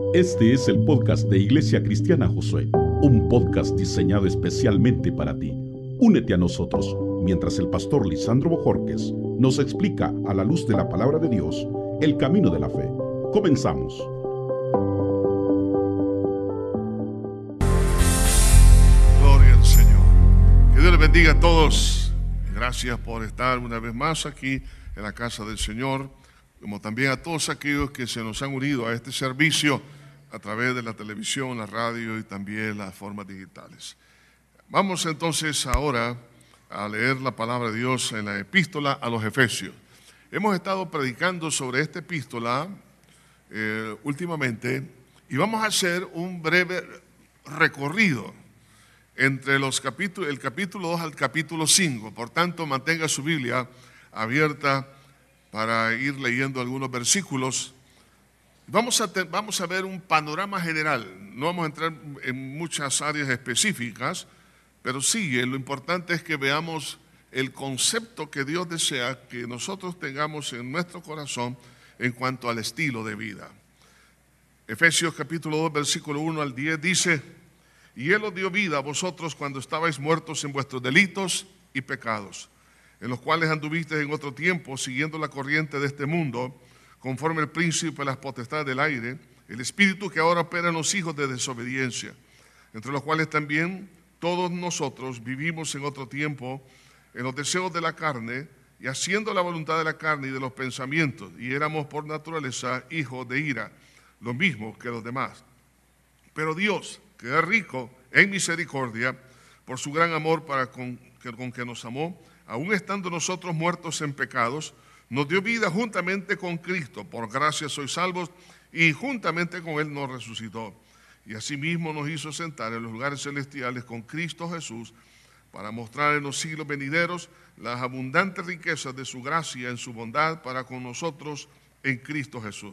Este es el podcast de Iglesia Cristiana Josué, un podcast diseñado especialmente para ti. Únete a nosotros mientras el pastor Lisandro Bojorquez nos explica a la luz de la palabra de Dios el camino de la fe. Comenzamos. Gloria al Señor. Que Dios les bendiga a todos. Gracias por estar una vez más aquí en la casa del Señor, como también a todos aquellos que se nos han unido a este servicio a través de la televisión, la radio y también las formas digitales. Vamos entonces ahora a leer la palabra de Dios en la epístola a los Efesios. Hemos estado predicando sobre esta epístola últimamente y vamos a hacer un breve recorrido entre los capítulos, el capítulo 2 al capítulo 5. Por tanto, mantenga su Biblia abierta para ir leyendo algunos versículos. Vamos a ver un panorama general. No vamos a entrar en muchas áreas específicas, pero sí, lo importante es que veamos el concepto que Dios desea que nosotros tengamos en nuestro corazón en cuanto al estilo de vida. Efesios capítulo 2, versículo 1 al 10 dice: y Él os dio vida a vosotros cuando estabais muertos en vuestros delitos y pecados, en los cuales anduvisteis en otro tiempo, siguiendo la corriente de este mundo, conforme el príncipe de las potestades del aire, el espíritu que ahora opera en los hijos de desobediencia, entre los cuales también todos nosotros vivimos en otro tiempo, en los deseos de la carne, y haciendo la voluntad de la carne y de los pensamientos, y éramos por naturaleza hijos de ira, lo mismo que los demás. Pero Dios, que es rico en misericordia, por su gran amor con que nos amó, aun estando nosotros muertos en pecados, nos dio vida juntamente con Cristo. Por gracia sois salvos, y juntamente con Él nos resucitó. Y asimismo nos hizo sentar en los lugares celestiales con Cristo Jesús, para mostrar en los siglos venideros las abundantes riquezas de su gracia en su bondad para con nosotros en Cristo Jesús.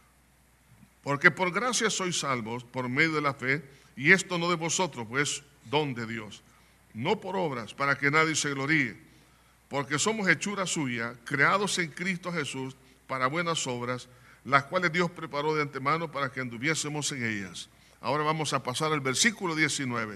Porque por gracia sois salvos por medio de la fe, y esto no de vosotros, pues don de Dios, no por obras, para que nadie se gloríe. Porque somos hechura suya, creados en Cristo Jesús para buenas obras, las cuales Dios preparó de antemano para que anduviésemos en ellas. Ahora vamos a pasar al versículo 19.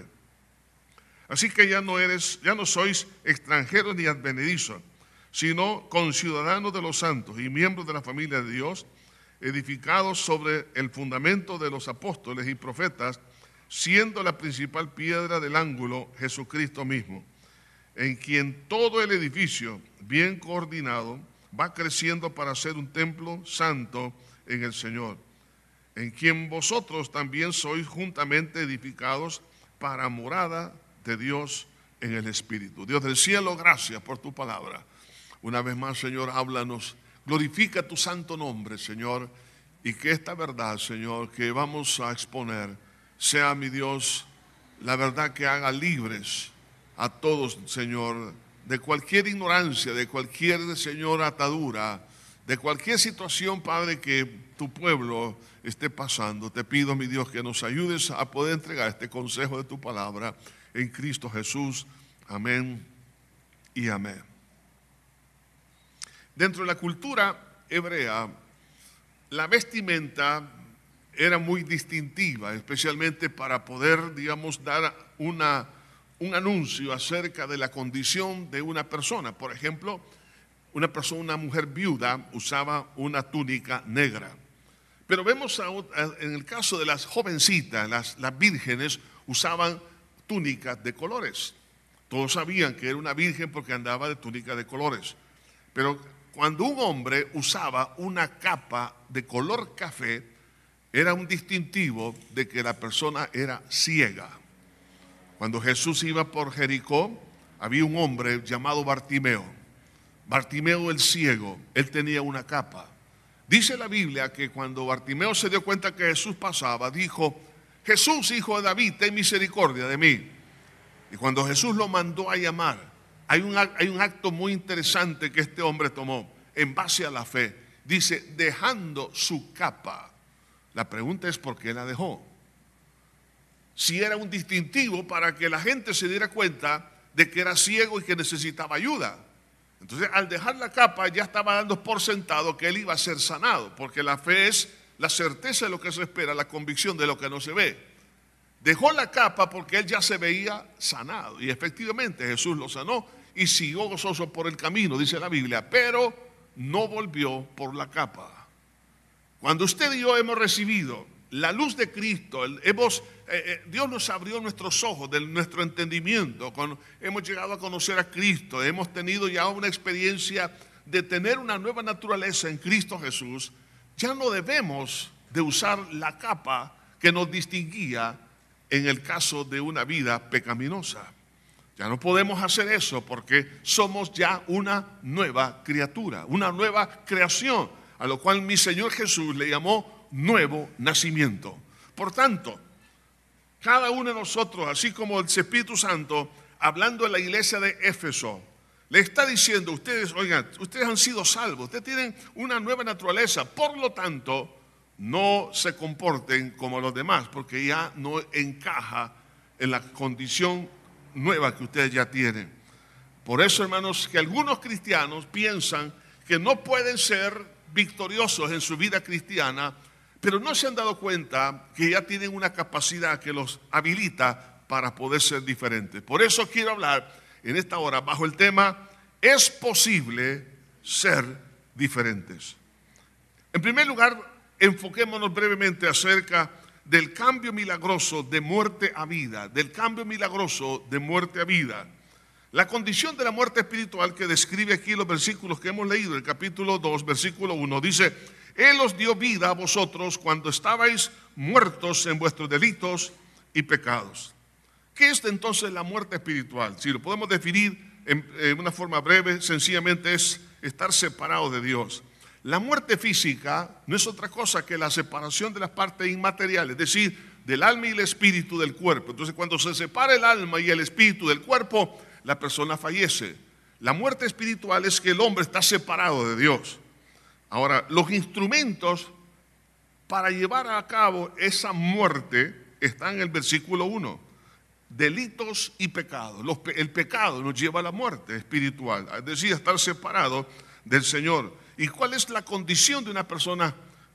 Así que ya no sois extranjeros ni advenedizos, sino conciudadanos de los santos y miembros de la familia de Dios, edificados sobre el fundamento de los apóstoles y profetas, siendo la principal piedra del ángulo Jesucristo mismo, en quien todo el edificio, bien coordinado, va creciendo para ser un templo santo en el Señor, en quien vosotros también sois juntamente edificados para morada de Dios en el Espíritu. Dios del cielo, gracias por tu palabra. Una vez más, Señor, háblanos, glorifica tu santo nombre, Señor, y que esta verdad, Señor, que vamos a exponer, sea, mi Dios, la verdad que haga libres a todos, Señor, de cualquier ignorancia, de cualquier, Señor, atadura, de cualquier situación, Padre, que tu pueblo esté pasando. Te pido, mi Dios, que nos ayudes a poder entregar este consejo de tu palabra en Cristo Jesús. Amén y amén. Dentro de la cultura hebrea, la vestimenta era muy distintiva, especialmente para poder, digamos, dar un anuncio acerca de la condición de una persona. Por ejemplo, una mujer viuda usaba una túnica negra. Pero vemos en el caso de las jovencitas, las vírgenes usaban túnicas de colores. Todos sabían que era una virgen porque andaba de túnica de colores. Pero cuando un hombre usaba una capa de color café, era un distintivo de que la persona era ciega. Cuando Jesús iba por Jericó, había un hombre llamado Bartimeo. Bartimeo el ciego, él tenía una capa. Dice la Biblia que cuando Bartimeo se dio cuenta que Jesús pasaba, dijo: Jesús, hijo de David, ten misericordia de mí. Y cuando Jesús lo mandó a llamar, hay un acto muy interesante que este hombre tomó en base a la fe. Dice, dejando su capa. La pregunta es, ¿por qué la dejó? Si era un distintivo para que la gente se diera cuenta de que era ciego y que necesitaba ayuda. Entonces, al dejar la capa, ya estaba dando por sentado que él iba a ser sanado, porque la fe es la certeza de lo que se espera, la convicción de lo que no se ve. Dejó la capa porque él ya se veía sanado. Y efectivamente Jesús lo sanó y siguió gozoso por el camino, dice la Biblia, pero no volvió por la capa. Cuando usted y yo hemos recibido la luz de Cristo, Dios nos abrió nuestros ojos, de nuestro entendimiento, hemos llegado a conocer a Cristo, hemos tenido ya una experiencia de tener una nueva naturaleza en Cristo Jesús. Ya no debemos de usar la capa que nos distinguía en el caso de una vida pecaminosa. Ya no podemos hacer eso porque somos ya una nueva criatura, una nueva creación, a lo cual mi Señor Jesús le llamó nuevo nacimiento. Por tanto, cada uno de nosotros, así como el Espíritu Santo, hablando en la iglesia de Éfeso, le está diciendo, ustedes, oigan, ustedes han sido salvos, ustedes tienen una nueva naturaleza, por lo tanto, no se comporten como los demás, porque ya no encaja en la condición nueva que ustedes ya tienen. Por eso, hermanos, que algunos cristianos piensan que no pueden ser victoriosos en su vida cristiana, pero no se han dado cuenta que ya tienen una capacidad que los habilita para poder ser diferentes. Por eso quiero hablar en esta hora bajo el tema, ¿es posible ser diferentes? En primer lugar, enfoquémonos brevemente acerca del cambio milagroso de muerte a vida, del cambio milagroso de muerte a vida. La condición de la muerte espiritual que describe aquí los versículos que hemos leído, el capítulo 2, versículo 1, dice, Él os dio vida a vosotros cuando estabais muertos en vuestros delitos y pecados. ¿Qué es entonces la muerte espiritual? Si lo podemos definir en una forma breve, sencillamente es estar separado de Dios. La muerte física no es otra cosa que la separación de las partes inmateriales, es decir, del alma y el espíritu del cuerpo. Entonces, cuando se separa el alma y el espíritu del cuerpo, la persona fallece. La muerte espiritual es que el hombre está separado de Dios. Ahora, los instrumentos para llevar a cabo esa muerte están en el versículo 1. Delitos y pecados. El pecado nos lleva a la muerte espiritual, es decir, a estar separado del Señor. ¿Y cuál es la condición de una persona?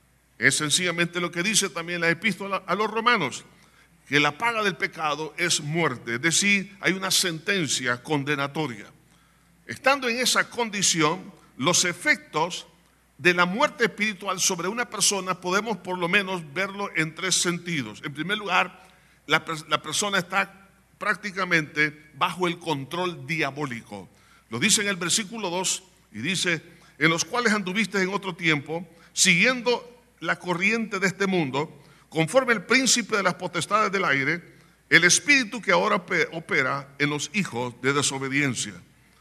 Es sencillamente lo que dice también la epístola a los romanos, que la paga del pecado es muerte, es decir, hay una sentencia condenatoria. Estando en esa condición, los efectos de la muerte espiritual sobre una persona podemos por lo menos verlo en tres sentidos. En primer lugar, la persona está prácticamente bajo el control diabólico. Lo dice en el versículo 2 y dice, en los cuales anduviste en otro tiempo, siguiendo la corriente de este mundo, conforme el príncipe de las potestades del aire, el espíritu que ahora opera en los hijos de desobediencia.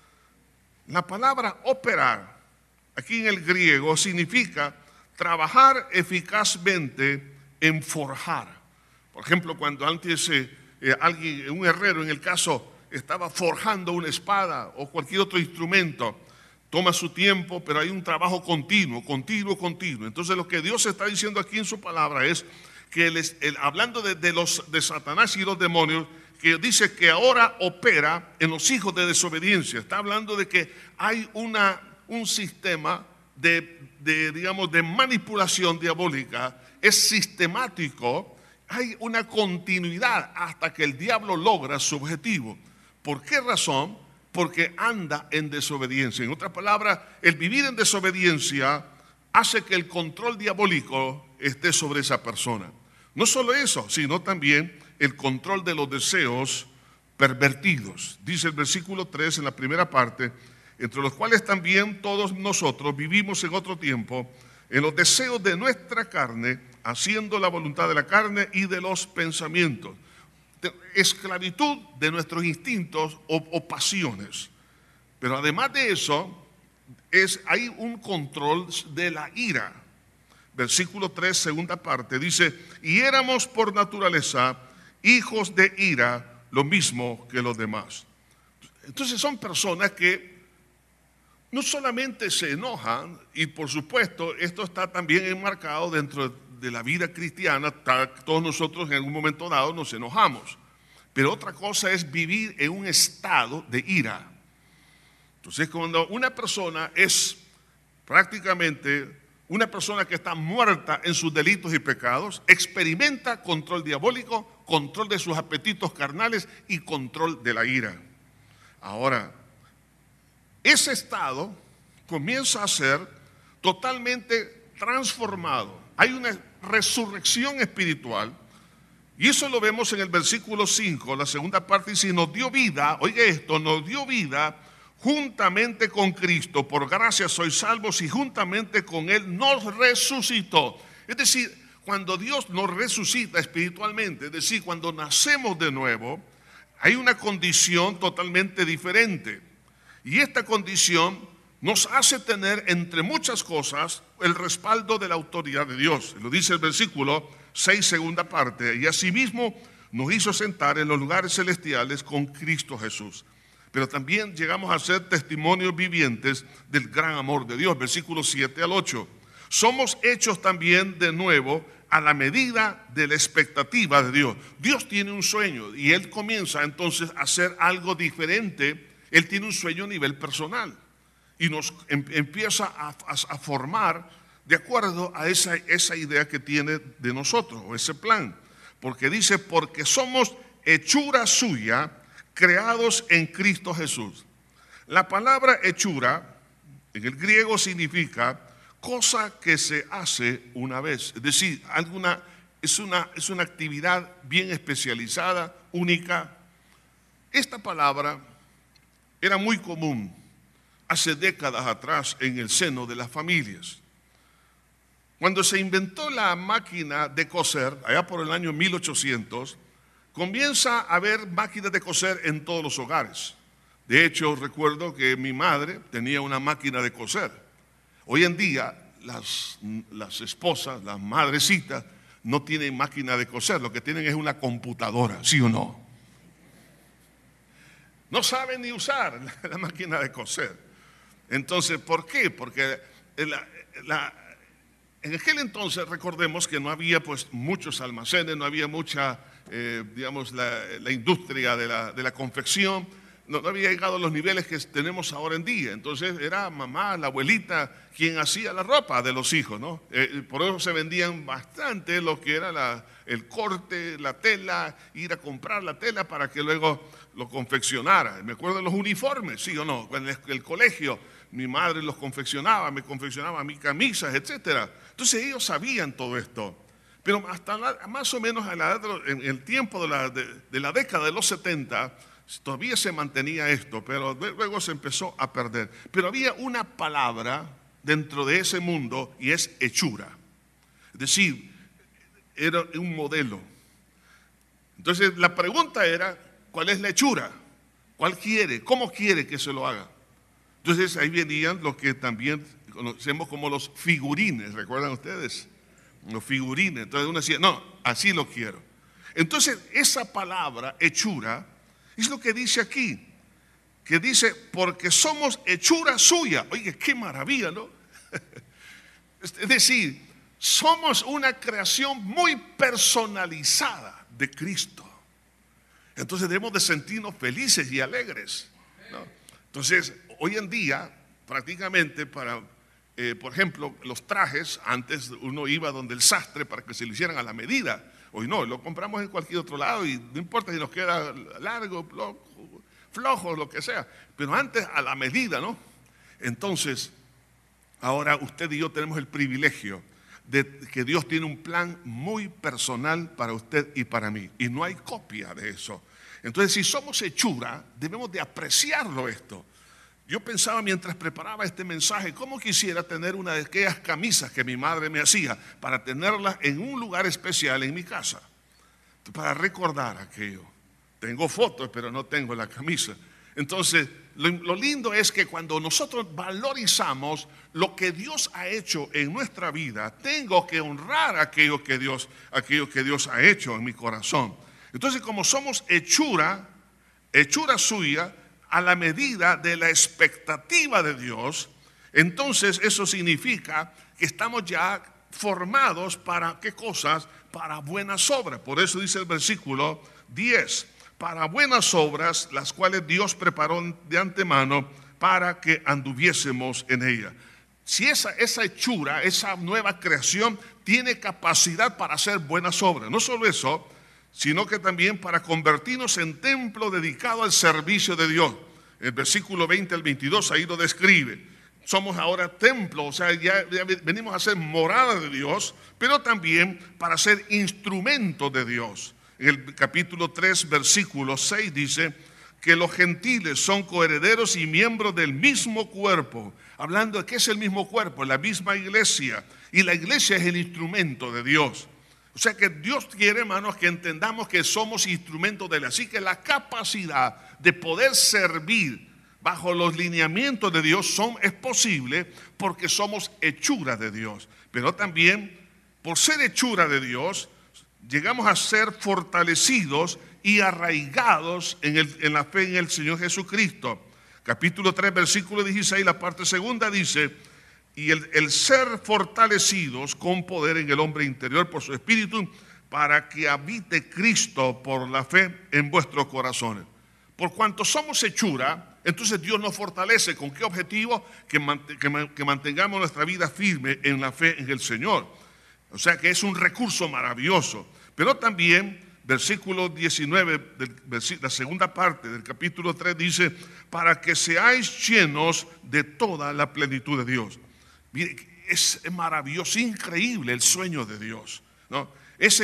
La palabra operar, aquí en el griego, significa trabajar eficazmente en forjar. Por ejemplo, cuando antes alguien, un herrero en el caso, estaba forjando una espada o cualquier otro instrumento, toma su tiempo, pero hay un trabajo continuo. Entonces lo que Dios está diciendo aquí en su palabra es que hablando de Satanás y los demonios, que dice que ahora opera en los hijos de desobediencia. Está hablando de que hay un sistema de manipulación diabólica, es sistemático. Hay una continuidad hasta que el diablo logra su objetivo. ¿Por qué razón? Porque anda en desobediencia. En otras palabras, el vivir en desobediencia hace que el control diabólico esté sobre esa persona. No solo eso, sino también el control de los deseos pervertidos. Dice el versículo 3 en la primera parte, entre los cuales también todos nosotros vivimos en otro tiempo, en los deseos de nuestra carne, haciendo la voluntad de la carne y de los pensamientos. Esclavitud de nuestros instintos o pasiones. Pero además de eso, hay un control de la ira. Versículo 3, segunda parte, dice, y éramos por naturaleza hijos de ira, lo mismo que los demás. Entonces son personas que no solamente se enojan, y por supuesto esto está también enmarcado dentro de la vida cristiana, todos nosotros en algún momento dado nos enojamos, pero otra cosa es vivir en un estado de ira. Entonces cuando una persona es prácticamente una persona que está muerta en sus delitos y pecados, experimenta control diabólico, control de sus apetitos carnales y control de la ira. Ahora, ese estado comienza a ser totalmente transformado. Hay una resurrección espiritual, y eso lo vemos en el versículo 5, la segunda parte dice: nos dio vida, oiga esto, nos dio vida juntamente con Cristo, por gracia sois salvos, y juntamente con Él nos resucitó. Es decir, cuando Dios nos resucita espiritualmente, es decir, cuando nacemos de nuevo, hay una condición totalmente diferente. Y esta condición nos hace tener, entre muchas cosas, el respaldo de la autoridad de Dios. Lo dice el versículo 6, segunda parte: y asimismo nos hizo sentar en los lugares celestiales con Cristo Jesús. Pero también llegamos a ser testimonios vivientes del gran amor de Dios. Versículos 7 al 8. Somos hechos también de nuevo a la medida de la expectativa de Dios. Dios tiene un sueño y Él comienza entonces a hacer algo diferente. Él tiene un sueño a nivel personal y nos empieza a formar de acuerdo a esa idea que tiene de nosotros, o ese plan. Porque dice: porque somos hechura suya, creados en Cristo Jesús. La palabra hechura en el griego significa cosa que se hace una vez. Es decir, es una actividad bien especializada, única. Esta palabra era muy común hace décadas atrás en el seno de las familias. Cuando se inventó la máquina de coser, allá por el año 1800, comienza a haber máquinas de coser en todos los hogares. De hecho, recuerdo que mi madre tenía una máquina de coser. Hoy en día, las esposas, las madrecitas, no tienen máquina de coser. Lo que tienen es una computadora, ¿sí o no? No saben ni usar la máquina de coser. Entonces, ¿por qué? Porque en aquel entonces, recordemos que no había pues muchos almacenes, no había mucha, la industria de la confección, no había llegado a los niveles que tenemos ahora en día. Entonces era mamá, la abuelita, quien hacía la ropa de los hijos, ¿no? Por eso se vendían bastante lo que era el corte, la tela, ir a comprar la tela para que luego lo confeccionara. Me acuerdo de los uniformes, ¿sí o no? En el colegio mi madre los confeccionaba, me confeccionaba mis camisas, etcétera. Entonces ellos sabían todo esto. Pero hasta más o menos en el tiempo de la década de los 70, todavía se mantenía esto, pero luego se empezó a perder. Pero había una palabra dentro de ese mundo y es hechura. Es decir, era un modelo. Entonces la pregunta era: ¿cuál es la hechura? ¿Cuál quiere? ¿Cómo quiere que se lo haga? Entonces ahí venían lo que también conocemos como los figurines, ¿recuerdan ustedes? Los figurines. Entonces uno decía: no, así lo quiero. Entonces esa palabra hechura es lo que dice aquí, que dice: porque somos hechura suya. Oye, qué maravilla, ¿no? Es decir, somos una creación muy personalizada de Cristo. Entonces debemos de sentirnos felices y alegres, ¿no? Entonces, hoy en día, prácticamente por ejemplo, los trajes, antes uno iba donde el sastre para que se lo hicieran a la medida. Hoy no, lo compramos en cualquier otro lado y no importa si nos queda largo, flojo, lo que sea. Pero antes a la medida, ¿no? Entonces, ahora usted y yo tenemos el privilegio de que Dios tiene un plan muy personal para usted y para mí. Y no hay copia de eso. Entonces, si somos hechura, debemos de apreciarlo esto. Yo pensaba mientras preparaba este mensaje, cómo quisiera tener una de aquellas camisas que mi madre me hacía para tenerlas en un lugar especial en mi casa, para recordar aquello. Tengo fotos, pero no tengo la camisa. Entonces, lo lindo es que cuando nosotros valorizamos lo que Dios ha hecho en nuestra vida, tengo que honrar aquello que Dios ha hecho en mi corazón. Entonces, como somos hechura suya, a la medida de la expectativa de Dios, entonces eso significa que estamos ya formados para ¿qué cosas? Para buenas obras. Por eso dice el versículo 10, para buenas obras, las cuales Dios preparó de antemano para que anduviésemos en ellas. si esa hechura, esa nueva creación tiene capacidad para hacer buenas obras. No solo eso, sino que también para convertirnos en templo dedicado al servicio de Dios. El versículo 20 al 22 ahí lo describe. Somos ahora templo, o sea, ya venimos a ser morada de Dios, pero también para ser instrumento de Dios. En el capítulo 3, versículo 6 dice que los gentiles son coherederos y miembros del mismo cuerpo. Hablando de que es el mismo cuerpo, la misma iglesia. Y la iglesia es el instrumento de Dios. O sea que Dios quiere, hermanos, que entendamos que somos instrumentos de Él. Así que la capacidad de poder servir bajo los lineamientos de Dios es posible porque somos hechura de Dios. Pero también, por ser hechura de Dios, llegamos a ser fortalecidos y arraigados en la fe en el Señor Jesucristo. Capítulo 3, versículo 16, la parte segunda dice: y el ser fortalecidos con poder en el hombre interior por su espíritu, para que habite Cristo por la fe en vuestros corazones. Por cuanto somos hechura, entonces Dios nos fortalece. ¿Con qué objetivo? Que mantengamos nuestra vida firme en la fe en el Señor. O sea que es un recurso maravilloso. Pero también, versículo 19, la segunda parte del capítulo 3 dice: para que seáis llenos de toda la plenitud de Dios. Mire, es maravilloso, increíble el sueño de Dios, ¿no? Ese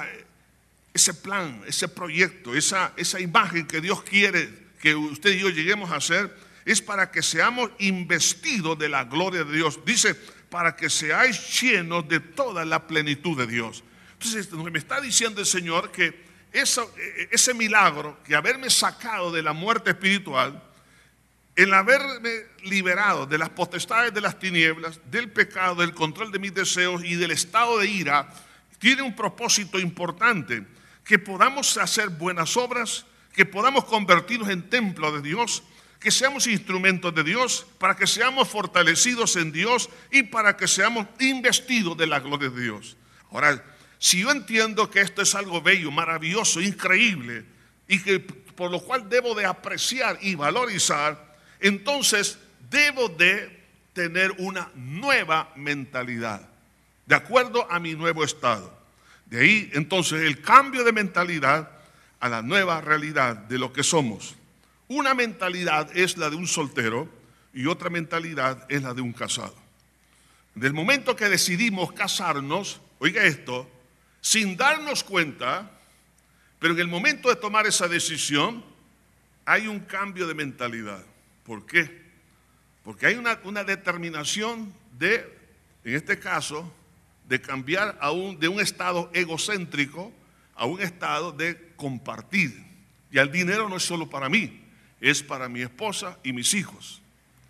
plan, ese proyecto, esa imagen que Dios quiere que usted y yo lleguemos a hacer, es para que seamos investidos de la gloria de Dios. Dice, para que seáis llenos de toda la plenitud de Dios. Entonces me está diciendo el Señor que ese milagro, que haberme sacado de la muerte espiritual, el haberme liberado de las potestades de las tinieblas, del pecado, del control de mis deseos y del estado de ira, tiene un propósito importante: que podamos hacer buenas obras, que podamos convertirnos en templo de Dios, que seamos instrumentos de Dios, para que seamos fortalecidos en Dios y para que seamos investidos de la gloria de Dios. Ahora, si yo entiendo que esto es algo bello, maravilloso, increíble, y que por lo cual debo de apreciar y valorizar, entonces debo de tener una nueva mentalidad, de acuerdo a mi nuevo estado. De ahí entonces el cambio de mentalidad a la nueva realidad de lo que somos. Una mentalidad es la de un soltero y otra mentalidad es la de un casado. Del momento que decidimos casarnos, oiga esto, sin darnos cuenta, pero en el momento de tomar esa decisión, hay un cambio de mentalidad. ¿Por qué? Porque hay una determinación en este caso, de cambiar de un estado egocéntrico a un estado de compartir. Y el dinero no es solo para mí, es para mi esposa y mis hijos.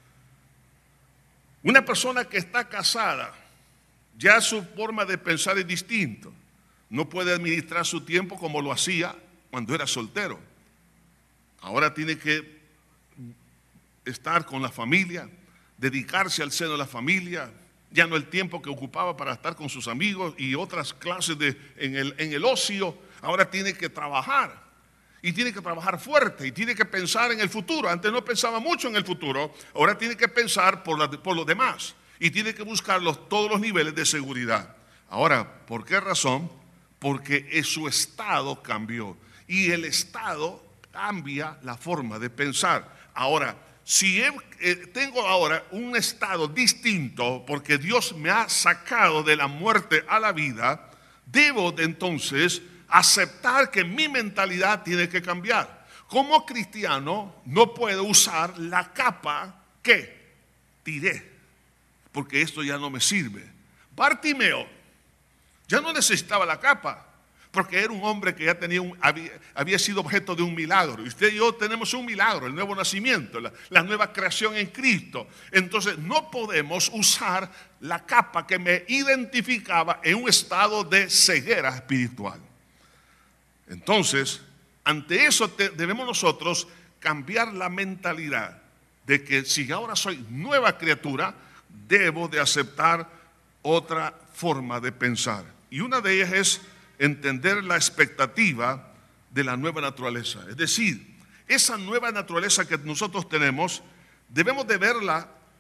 Una persona que está casada, ya su forma de pensar es distinta. No puede administrar su tiempo como lo hacía cuando era soltero. Ahora tiene que estar con la familia, dedicarse al seno de la familia, ya no el tiempo que ocupaba para estar con sus amigos y otras clases en el ocio. Ahora tiene que trabajar, y tiene que trabajar fuerte, y tiene que pensar en el futuro. Antes no pensaba mucho en el futuro, ahora tiene que pensar por los demás, y tiene que buscar todos los niveles de seguridad. Ahora, ¿por qué razón? Porque su estado cambió, y el estado cambia la forma de pensar. Ahora, si tengo ahora un estado distinto, porque Dios me ha sacado de la muerte a la vida, debo de entonces aceptar que mi mentalidad tiene que cambiar. Como cristiano no puedo usar la capa que tiré, porque esto ya no me sirve. Bartimeo ya no necesitaba la capa, porque era un hombre que ya había sido objeto de un milagro. Y usted y yo tenemos un milagro, el nuevo nacimiento, la nueva creación en Cristo. Entonces no podemos usar la capa que me identificaba en un estado de ceguera espiritual. Entonces, ante eso debemos nosotros cambiar la mentalidad de que si ahora soy nueva criatura, debo de aceptar otra forma de pensar. Y una de ellas es entender la expectativa de la nueva naturaleza. Es decir, esa nueva naturaleza que nosotros tenemos, debemos de verla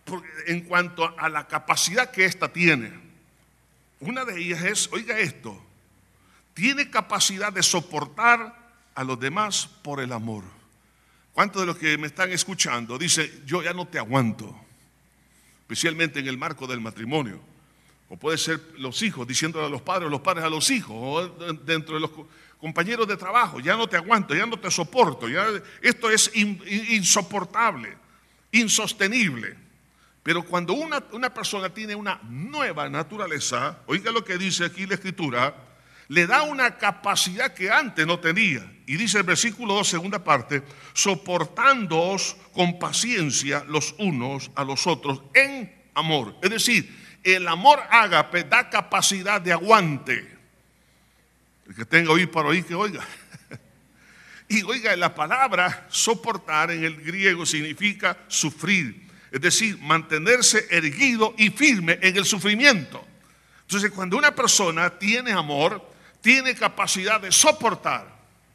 en cuanto a la capacidad que ésta tiene. Una de ellas es, oiga esto, tiene capacidad de soportar a los demás por el amor. ¿Cuántos de los que me están escuchando dicen, yo ya no te aguanto? Especialmente en el marco del matrimonio. O puede ser los hijos diciéndole a los padres a los hijos, o dentro de los compañeros de trabajo, ya no te aguanto, ya no te soporto, esto es insoportable, insostenible. Pero cuando una persona tiene una nueva naturaleza, oiga lo que dice aquí la Escritura, le da una capacidad que antes no tenía. Y dice el versículo 2, segunda parte, soportándoos con paciencia los unos a los otros en amor. Es decir, el amor ágape da capacidad de aguante. El que tenga oído para oír, que oiga. Y oiga, la palabra soportar en el griego significa sufrir. Es decir, mantenerse erguido y firme en el sufrimiento. Entonces, cuando una persona tiene amor, tiene capacidad de soportar.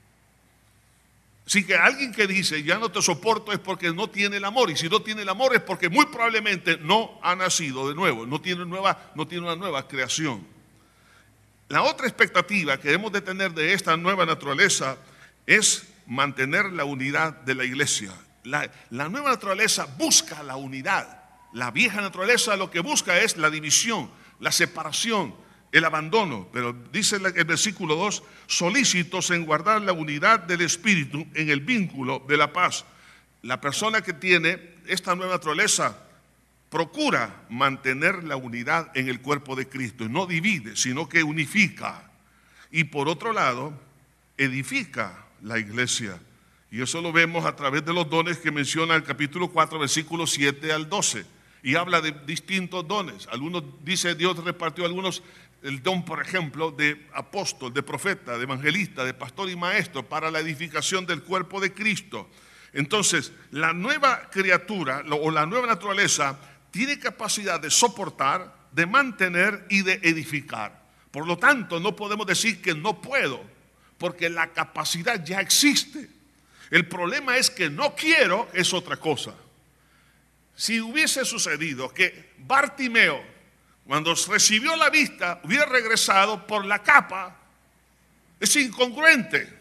Así que alguien que dice, ya no te soporto, es porque no tiene el amor. Y si no tiene el amor es porque muy probablemente no ha nacido de nuevo, no tiene una nueva creación. La otra expectativa que debemos de tener de esta nueva naturaleza es mantener la unidad de la iglesia. La nueva naturaleza busca la unidad. La vieja naturaleza lo que busca es la división, la separación, el abandono. Pero dice el versículo 2, solícitos en guardar la unidad del Espíritu en el vínculo de la paz. La persona que tiene esta nueva naturaleza procura mantener la unidad en el cuerpo de Cristo. No divide, sino que unifica. Y por otro lado, edifica la iglesia. Y eso lo vemos a través de los dones que menciona el capítulo 4, versículos 7 al 12. Y habla de distintos dones. Algunos, dice, Dios repartió a algunos el don, por ejemplo, de apóstol, de profeta, de evangelista, de pastor y maestro para la edificación del cuerpo de Cristo. Entonces, la nueva criatura o la nueva naturaleza tiene capacidad de soportar, de mantener y de edificar. Por lo tanto, no podemos decir que no puedo, porque la capacidad ya existe. El problema es que no quiero, es otra cosa. Si hubiese sucedido que Bartimeo, cuando recibió la vista, hubiera regresado por la capa, es incongruente.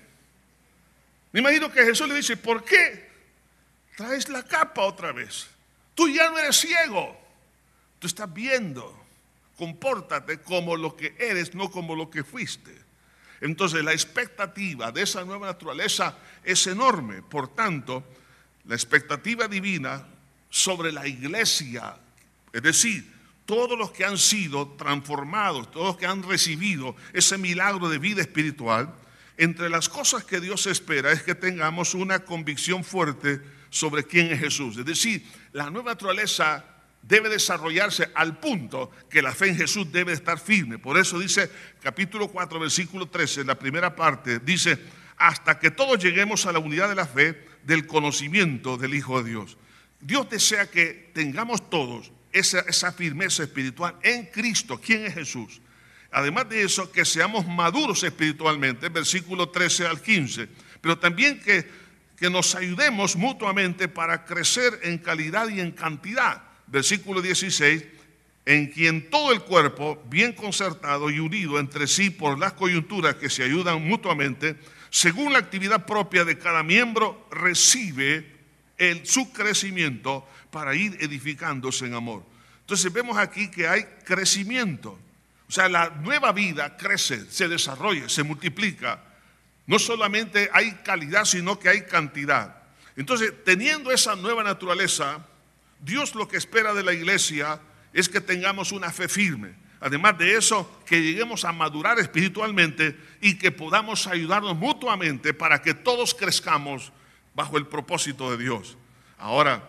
Me imagino que Jesús le dice, ¿por qué traes la capa otra vez? Tú ya no eres ciego, tú estás viendo. Compórtate como lo que eres, no como lo que fuiste. Entonces la expectativa de esa nueva naturaleza es enorme. Por tanto, la expectativa divina sobre la iglesia, es decir, todos los que han sido transformados, todos los que han recibido ese milagro de vida espiritual, entre las cosas que Dios espera es que tengamos una convicción fuerte sobre quién es Jesús. Es decir, la nueva naturaleza debe desarrollarse al punto que la fe en Jesús debe estar firme. Por eso dice capítulo 4, versículo 13, en la primera parte, dice, hasta que todos lleguemos a la unidad de la fe, del conocimiento del Hijo de Dios. Dios desea que tengamos todos esa firmeza espiritual en Cristo. ¿Quién es Jesús? Además de eso, que seamos maduros espiritualmente, versículo 13 al 15, pero también que nos ayudemos mutuamente para crecer en calidad y en cantidad. Versículo 16, en quien todo el cuerpo, bien concertado y unido entre sí por las coyunturas que se ayudan mutuamente, según la actividad propia de cada miembro, recibe su crecimiento para ir edificándose en amor. Entonces vemos aquí que hay crecimiento. O sea, la nueva vida crece, se desarrolla, se multiplica. No solamente hay calidad, sino que hay cantidad. Entonces, teniendo esa nueva naturaleza, Dios lo que espera de la iglesia es que tengamos una fe firme. Además de eso, que lleguemos a madurar espiritualmente y que podamos ayudarnos mutuamente para que todos crezcamos bajo el propósito de Dios. Ahora,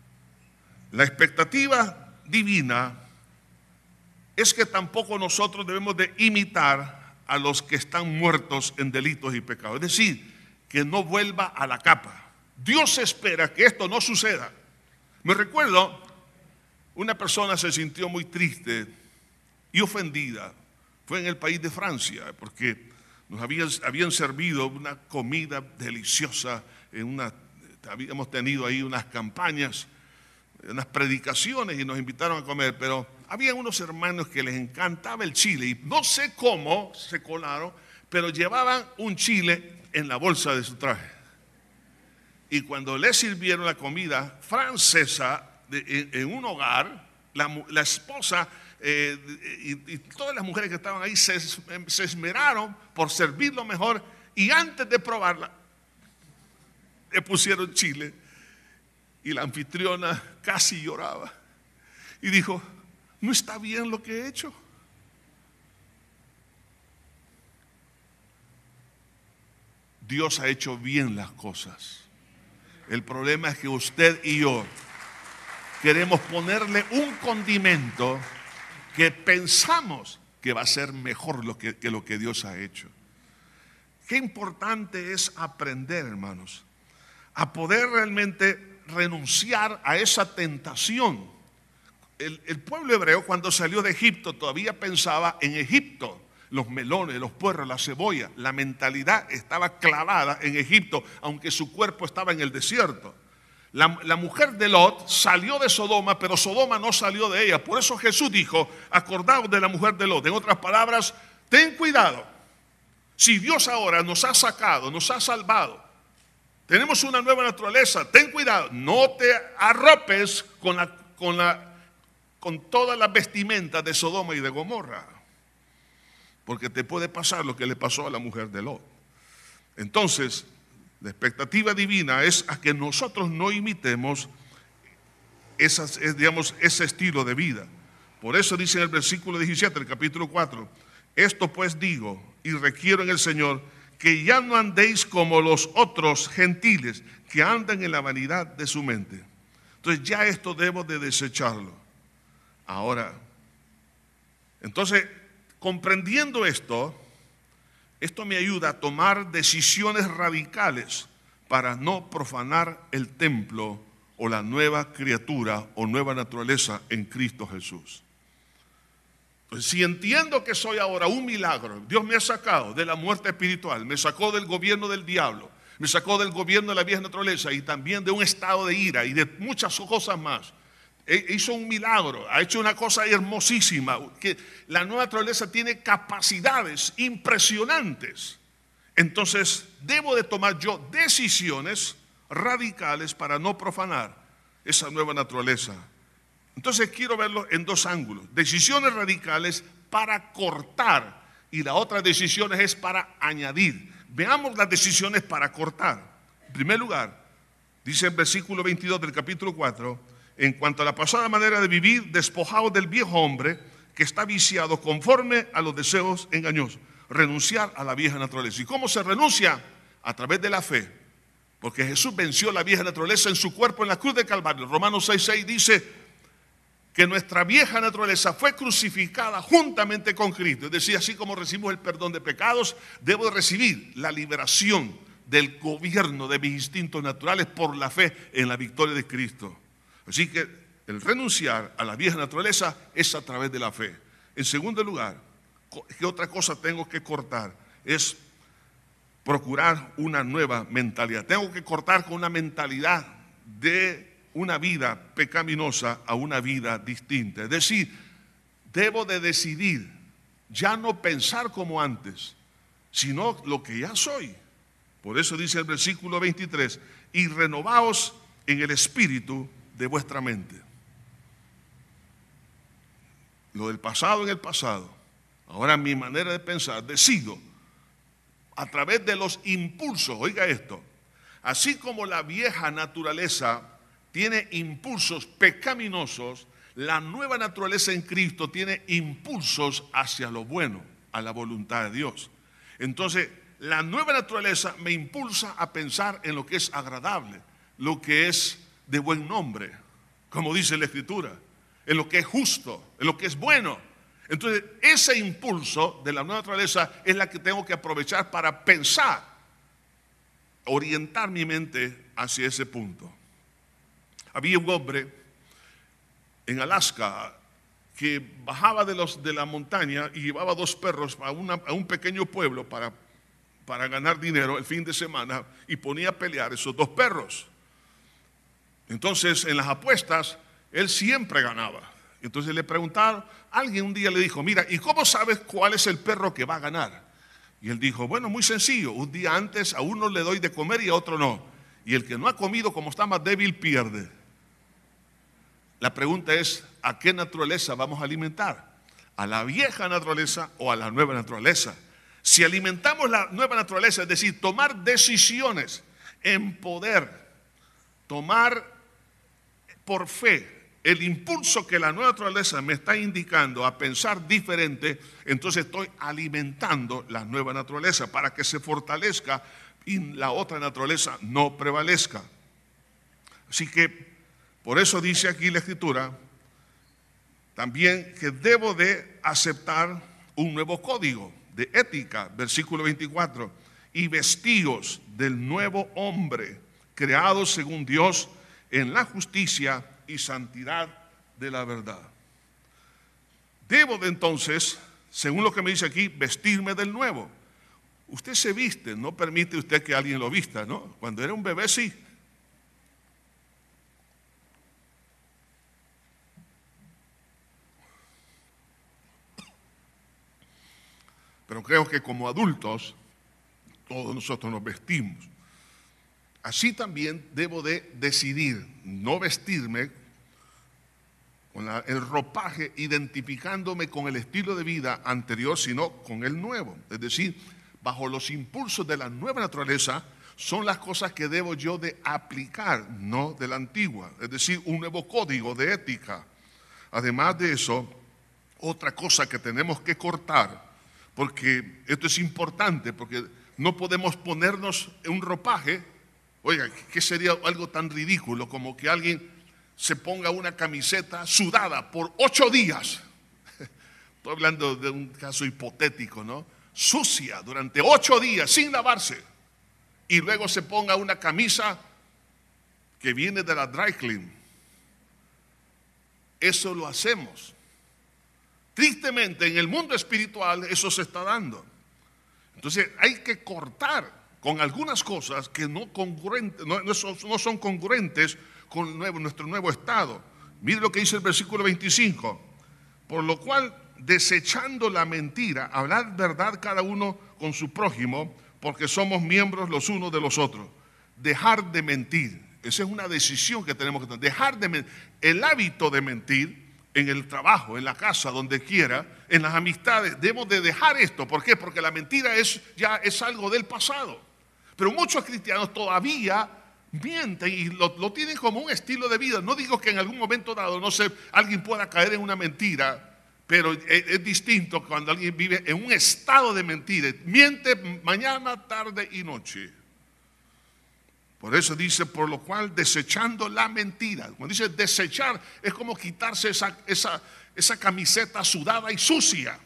la expectativa divina es que tampoco nosotros debemos de imitar a los que están muertos en delitos y pecados. Es decir, que no vuelva a la capa. Dios espera que esto no suceda. Me recuerdo, una persona se sintió muy triste y ofendida. Fue en el país de Francia, porque nos habían servido una comida deliciosa. Habíamos tenido ahí unas campañas unas predicaciones y nos invitaron a comer, pero había unos hermanos que les encantaba el chile y no sé cómo se colaron, pero llevaban un chile en la bolsa de su traje. Y cuando les sirvieron la comida francesa en un hogar, la esposa y todas las mujeres que estaban ahí se esmeraron por servirlo mejor, y antes de probarla le pusieron chile, y la anfitriona casi lloraba y dijo: ¿no está bien lo que he hecho? Dios ha hecho bien las cosas. El problema es que usted y yo queremos ponerle un condimento que pensamos que va a ser mejor que lo que Dios ha hecho. Qué importante es aprender, hermanos, a poder realmente renunciar a esa tentación. El pueblo hebreo, cuando salió de Egipto, todavía pensaba en Egipto. Los melones, los puerros, la cebolla, la mentalidad estaba clavada en Egipto, aunque su cuerpo estaba en el desierto. La mujer de Lot salió de Sodoma, pero Sodoma no salió de ella. Por eso Jesús dijo: acordaos de la mujer de Lot. En otras palabras, ten cuidado. Si Dios ahora nos ha sacado, nos ha salvado, tenemos una nueva naturaleza, ten cuidado. No te arropes con todas las vestimentas de Sodoma y de Gomorra, porque te puede pasar lo que le pasó a la mujer de Lot. Entonces, la expectativa divina es a que nosotros no imitemos ese estilo de vida. Por eso dice en el versículo 17 del capítulo 4: esto pues digo y requiero en el Señor, que ya no andéis como los otros gentiles que andan en la vanidad de su mente. Entonces ya esto debo de desecharlo. Ahora, entonces, comprendiendo esto me ayuda a tomar decisiones radicales para no profanar el templo o la nueva criatura o nueva naturaleza en Cristo Jesús. Entonces, si entiendo que soy ahora un milagro, Dios me ha sacado de la muerte espiritual, me sacó del gobierno del diablo, me sacó del gobierno de la vieja naturaleza y también de un estado de ira y de muchas cosas más. Hizo un milagro, ha hecho una cosa hermosísima, que la nueva naturaleza tiene capacidades impresionantes. Entonces debo de tomar yo decisiones radicales para no profanar esa nueva naturaleza. Entonces quiero verlo en dos ángulos: decisiones radicales para cortar, y la otra decisión es para añadir. Veamos las decisiones para cortar. En primer lugar, dice en versículo 22 del capítulo 4: en cuanto a la pasada manera de vivir, despojaos del viejo hombre que está viciado conforme a los deseos engañosos. Renunciar a la vieja naturaleza. ¿Y cómo se renuncia? A través de la fe. Porque Jesús venció la vieja naturaleza en su cuerpo en la cruz de Calvario. Romanos 6:6 dice que nuestra vieja naturaleza fue crucificada juntamente con Cristo. Es decir, así como recibimos el perdón de pecados, debo de recibir la liberación del gobierno de mis instintos naturales por la fe en la victoria de Cristo. Así que el renunciar a la vieja naturaleza es a través de la fe. En segundo lugar, ¿qué otra cosa tengo que cortar? Es procurar una nueva mentalidad. Tengo que cortar con una mentalidad de una vida pecaminosa a una vida distinta. Es decir, debo de decidir ya no pensar como antes, sino lo que ya soy. Por eso dice el versículo 23: y renovaos en el espíritu de vuestra mente. Lo del pasado en el pasado. Ahora mi manera de pensar, decido a través de los impulsos. Oiga esto: así como la vieja naturaleza tiene impulsos pecaminosos, la nueva naturaleza en Cristo tiene impulsos hacia lo bueno, a la voluntad de Dios. Entonces, la nueva naturaleza me impulsa a pensar en lo que es agradable, lo que es de buen nombre, como dice la Escritura, en lo que es justo, en lo que es bueno. Entonces, ese impulso de la nueva naturaleza es la que tengo que aprovechar para pensar, orientar mi mente hacia ese punto. Había un hombre en Alaska que bajaba de la montaña y llevaba 2 perros a un pequeño pueblo para ganar dinero el fin de semana, y ponía a pelear esos 2 perros. Entonces, en las apuestas, él siempre ganaba. Entonces le preguntaron, alguien un día le dijo, mira, ¿y cómo sabes cuál es el perro que va a ganar? Y él dijo, bueno, muy sencillo, un día antes a uno le doy de comer y a otro no. Y el que no ha comido, como está más débil, pierde. La pregunta es, ¿a qué naturaleza vamos a alimentar? ¿A la vieja naturaleza o a la nueva naturaleza? Si alimentamos la nueva naturaleza, es decir, tomar decisiones en poder, tomar por fe el impulso que la nueva naturaleza me está indicando a pensar diferente, entonces estoy alimentando la nueva naturaleza para que se fortalezca y la otra naturaleza no prevalezca. Así que por eso dice aquí la Escritura también que debo de aceptar un nuevo código de ética, versículo 24, y vestíos del nuevo hombre, creado según Dios en la justicia y santidad de la verdad. Debo de entonces, según lo que me dice aquí, vestirme del nuevo. Usted se viste, no permite usted que alguien lo vista, ¿no? Cuando era un bebé sí. Pero creo que como adultos, todos nosotros nos vestimos. Así también debo de decidir no vestirme con el ropaje, identificándome con el estilo de vida anterior, sino con el nuevo. Es decir, bajo los impulsos de la nueva naturaleza, son las cosas que debo yo de aplicar, no de la antigua. Es decir, un nuevo código de ética. Además de eso, otra cosa que tenemos que cortar, porque esto es importante, porque no podemos ponernos un ropaje. Oiga, ¿qué sería algo tan ridículo como que alguien se ponga una camiseta sudada por 8 días? Estoy hablando de un caso hipotético, ¿no? Sucia durante 8 días sin lavarse, y luego se ponga una camisa que viene de la dry clean. Eso lo hacemos. Tristemente, en el mundo espiritual eso se está dando. Entonces hay que cortar con algunas cosas que no son congruentes con nuestro nuevo estado. Mire lo que dice el versículo 25. Por lo cual, desechando la mentira, hablad verdad cada uno con su prójimo, porque somos miembros los unos de los otros. Dejar de mentir. Esa es una decisión que tenemos que tomar. Dejar de mentir. El hábito de mentir en el trabajo, en la casa, donde quiera, en las amistades, debemos de dejar esto. ¿Por qué? Porque la mentira ya es algo del pasado. Pero muchos cristianos todavía mienten y lo tienen como un estilo de vida. No digo que en algún momento dado, no sé, alguien pueda caer en una mentira, pero es distinto cuando alguien vive en un estado de mentira. Miente mañana, tarde y noche. Por eso dice, por lo cual desechando la mentira. Cuando dice desechar, es como quitarse esa camiseta sudada y sucia.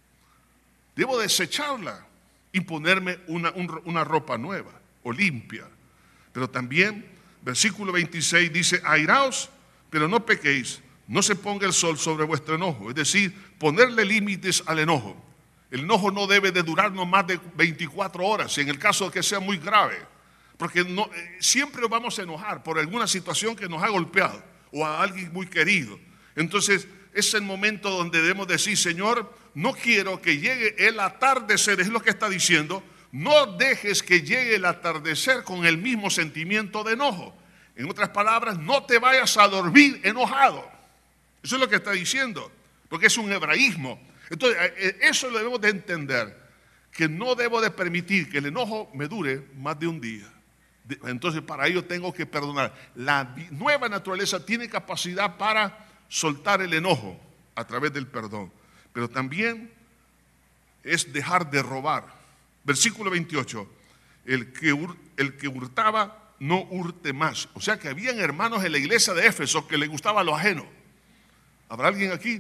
Debo desecharla y ponerme una ropa nueva o limpia. Pero también, versículo 26 dice, airaos, pero no pequéis, no se ponga el sol sobre vuestro enojo. Es decir, ponerle límites al enojo. El enojo no debe de durarnos más de 24 horas, en el caso de que sea muy grave. Porque siempre nos vamos a enojar por alguna situación que nos ha golpeado o a alguien muy querido. Entonces es el momento donde debemos decir, Señor, no quiero que llegue el atardecer, es lo que está diciendo. No dejes que llegue el atardecer con el mismo sentimiento de enojo. En otras palabras, no te vayas a dormir enojado. Eso es lo que está diciendo, porque es un hebraísmo. Entonces eso lo debemos de entender, que no debo de permitir que el enojo me dure más de un día. Entonces para ello tengo que perdonar. La nueva naturaleza tiene capacidad para soltar el enojo a través del perdón. Pero también es dejar de robar. Versículo 28. El que hurtaba, no hurte más. O sea que habían hermanos en la iglesia de Éfeso que les gustaba lo ajeno. ¿Habrá alguien aquí?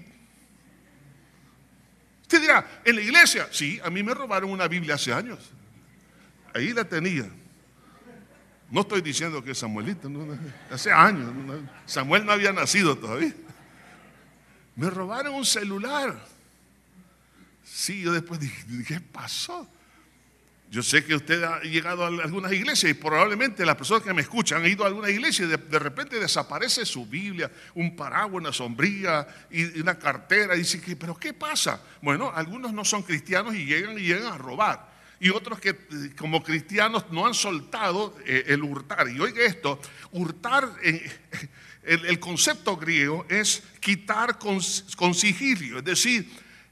Usted dirá, ¿en la iglesia? Sí, a mí me robaron una Biblia hace años. Ahí la tenía. No estoy diciendo que Samuelito, hace años, Samuel no había nacido todavía. Me robaron un celular. Sí, yo después dije, ¿qué pasó? Yo sé que usted ha llegado a algunas iglesias y probablemente las personas que me escuchan han ido a alguna iglesia y de repente desaparece su Biblia, un paraguas, una sombrilla y una cartera. Y dice, ¿pero qué pasa? Bueno, algunos no son cristianos y llegan a robar. Y otros que como cristianos no han soltado el hurtar. Y oiga esto, hurtar, el concepto griego es quitar con sigilio, es decir,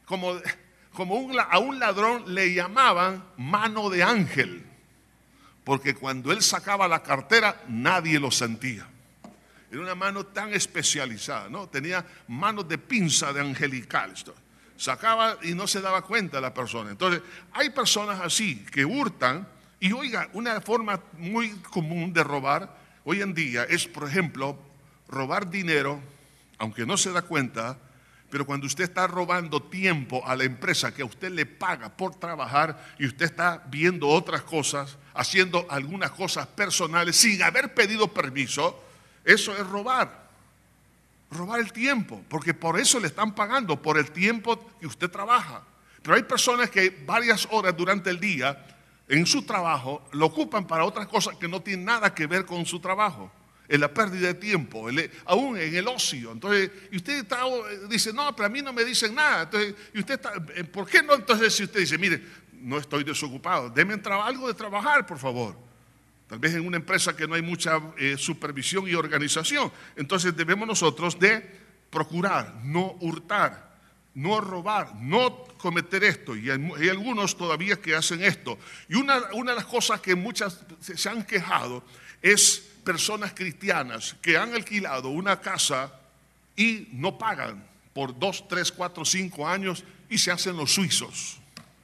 a un ladrón le llamaban mano de ángel, porque cuando él sacaba la cartera nadie lo sentía. Era una mano tan especializada, ¿no? Tenía manos de pinza de angelical. Sacaba y no se daba cuenta la persona. Entonces, hay personas así que hurtan. Y oiga, una forma muy común de robar hoy en día es, por ejemplo, robar dinero, aunque no se da cuenta. Pero cuando usted está robando tiempo a la empresa que a usted le paga por trabajar y usted está viendo otras cosas, haciendo algunas cosas personales sin haber pedido permiso, eso es robar. Robar el tiempo, porque por eso le están pagando, por el tiempo que usted trabaja. Pero hay personas que varias horas durante el día en su trabajo lo ocupan para otras cosas que no tienen nada que ver con su trabajo. En la pérdida de tiempo, aún en el ocio. Entonces, y usted dice, no, pero a mí no me dicen nada. Entonces, y usted está, ¿por qué no? Entonces, si usted dice, mire, no estoy desocupado, deme algo de trabajar, por favor. Tal vez en una empresa que no hay mucha supervisión y organización. Entonces, debemos nosotros de procurar no hurtar, no robar, no cometer esto. Y hay algunos todavía que hacen esto. Y una de las cosas que muchas se han quejado es personas cristianas que han alquilado una casa y no pagan por 2, 3, 4, 5 años y se hacen los suizos.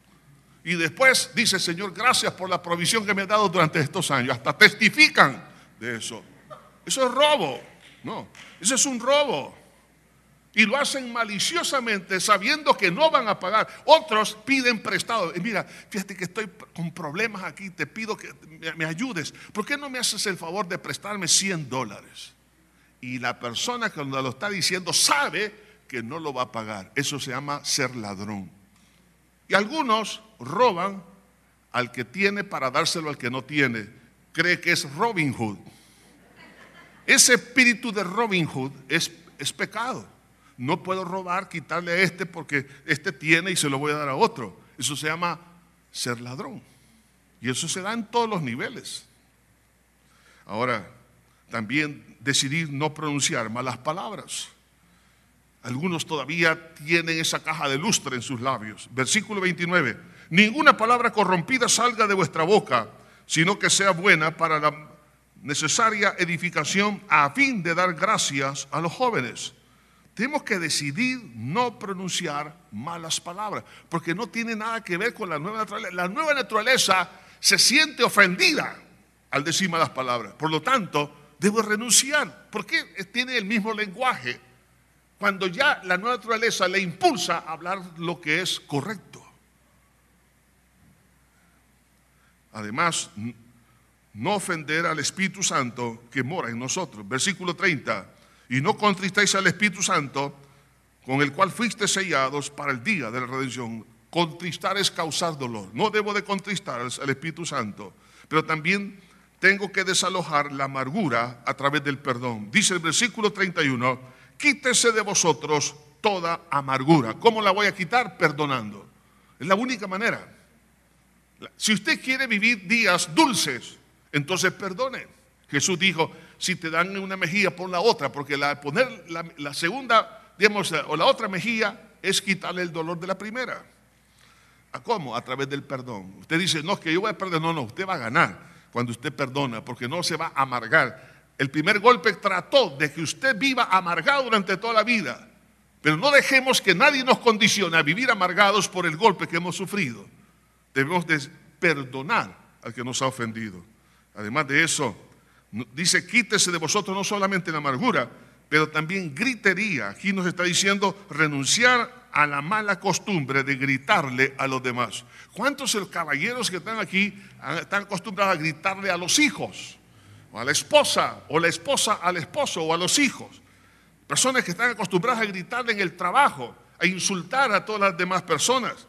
Y después dice, Señor, gracias por la provisión que me has dado durante estos años. Hasta testifican de eso. Eso es robo. No, eso es un robo. Y lo hacen maliciosamente sabiendo que no van a pagar. Otros piden prestado. Mira, fíjate que estoy con problemas aquí, te pido que me ayudes. ¿Por qué no me haces el favor de prestarme $100? Y la persona que lo está diciendo sabe que no lo va a pagar. Eso se llama ser ladrón. Y algunos roban al que tiene para dárselo al que no tiene. Cree que es Robin Hood. Ese espíritu de Robin Hood es pecado. No puedo robar, quitarle a este porque este tiene y se lo voy a dar a otro. Eso se llama ser ladrón. Y eso se da en todos los niveles. Ahora, también decidir no pronunciar malas palabras. Algunos todavía tienen esa caja de lustre en sus labios. Versículo 29. Ninguna palabra corrompida salga de vuestra boca, sino que sea buena para la necesaria edificación a fin de dar gracias a los jóvenes. Tenemos que decidir no pronunciar malas palabras, porque no tiene nada que ver con la nueva naturaleza. La nueva naturaleza se siente ofendida al decir malas palabras. Por lo tanto, debo renunciar, porque tiene el mismo lenguaje. Cuando ya la nueva naturaleza le impulsa a hablar lo que es correcto. Además, no ofender al Espíritu Santo que mora en nosotros. Versículo 30. Y no contristáis al Espíritu Santo, con el cual fuisteis sellados para el día de la redención. Contristar es causar dolor. No debo de contristar al Espíritu Santo, pero también tengo que desalojar la amargura a través del perdón. Dice el versículo 31, quítese de vosotros toda amargura. ¿Cómo la voy a quitar? Perdonando. Es la única manera. Si usted quiere vivir días dulces, entonces perdone. Jesús dijo, si te dan una mejilla, pon la otra, porque poner la segunda, digamos, o la otra mejilla es quitarle el dolor de la primera. ¿Cómo? A través del perdón. Usted dice, no, es que yo voy a perder. No, usted va a ganar cuando usted perdona, porque no se va a amargar. El primer golpe trató de que usted viva amargado durante toda la vida, pero no dejemos que nadie nos condicione a vivir amargados por el golpe que hemos sufrido. Debemos de perdonar al que nos ha ofendido. Además de eso, dice, quítese de vosotros no solamente la amargura, pero también gritería. Aquí nos está diciendo renunciar a la mala costumbre de gritarle a los demás. ¿Cuántos de los caballeros que están aquí están acostumbrados a gritarle a los hijos? O a la esposa al esposo o a los hijos. Personas que están acostumbradas a gritarle en el trabajo, a insultar a todas las demás personas.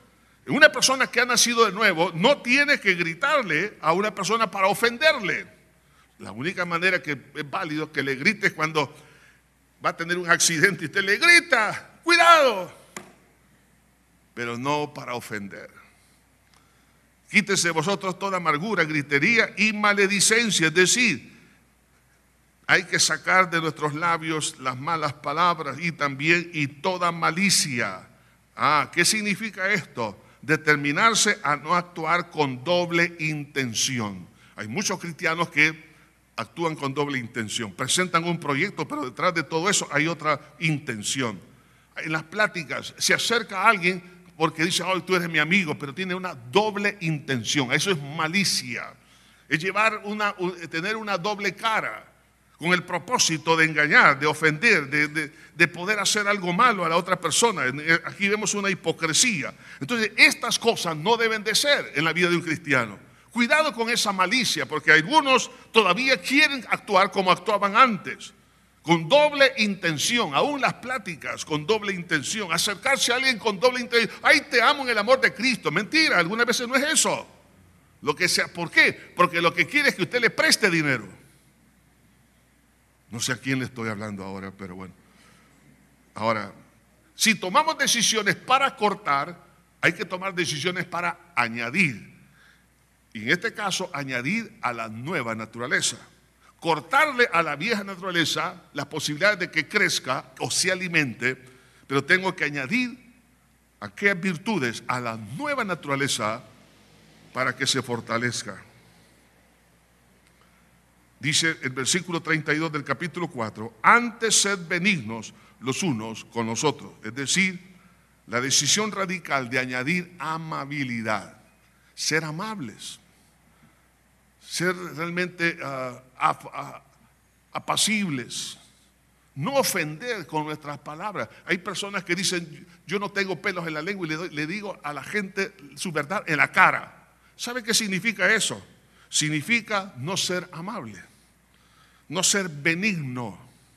Una persona que ha nacido de nuevo no tiene que gritarle a una persona para ofenderle. La única manera que es válido que le grites cuando va a tener un accidente y usted le grita, ¡cuidado! Pero no para ofender. Quítese vosotros toda amargura, gritería y maledicencia, es decir, hay que sacar de nuestros labios las malas palabras y también toda malicia. ¿Qué significa esto? Determinarse a no actuar con doble intención. Hay muchos cristianos que actúan con doble intención, presentan un proyecto, pero detrás de todo eso hay otra intención. En las pláticas se acerca a alguien porque dice, oh, tú eres mi amigo, pero tiene una doble intención. Eso es malicia, es tener una doble cara, con el propósito de engañar, de ofender, de poder hacer algo malo a la otra persona. Aquí vemos una hipocresía. Entonces, estas cosas no deben de ser en la vida de un cristiano. Cuidado con esa malicia, porque algunos todavía quieren actuar como actuaban antes, con doble intención, aún las pláticas con doble intención, acercarse a alguien con doble intención. ¡Ay, te amo en el amor de Cristo! Mentira, algunas veces no es eso. ¿Por qué? Porque lo que quiere es que usted le preste dinero. No sé a quién le estoy hablando ahora, pero bueno. Ahora, si tomamos decisiones para cortar, hay que tomar decisiones para añadir. Y en este caso, añadir a la nueva naturaleza. Cortarle a la vieja naturaleza las posibilidades de que crezca o se alimente, pero tengo que añadir aquellas virtudes a la nueva naturaleza para que se fortalezca. Dice el versículo 32 del capítulo 4, antes sed benignos los unos con los otros. Es decir, la decisión radical de añadir amabilidad, ser amables, ser realmente apacibles, no ofender con nuestras palabras. Hay personas que dicen, yo no tengo pelos en la lengua y le digo a la gente su verdad en la cara. ¿Sabe qué significa eso? Significa no ser amable, no ser benigno.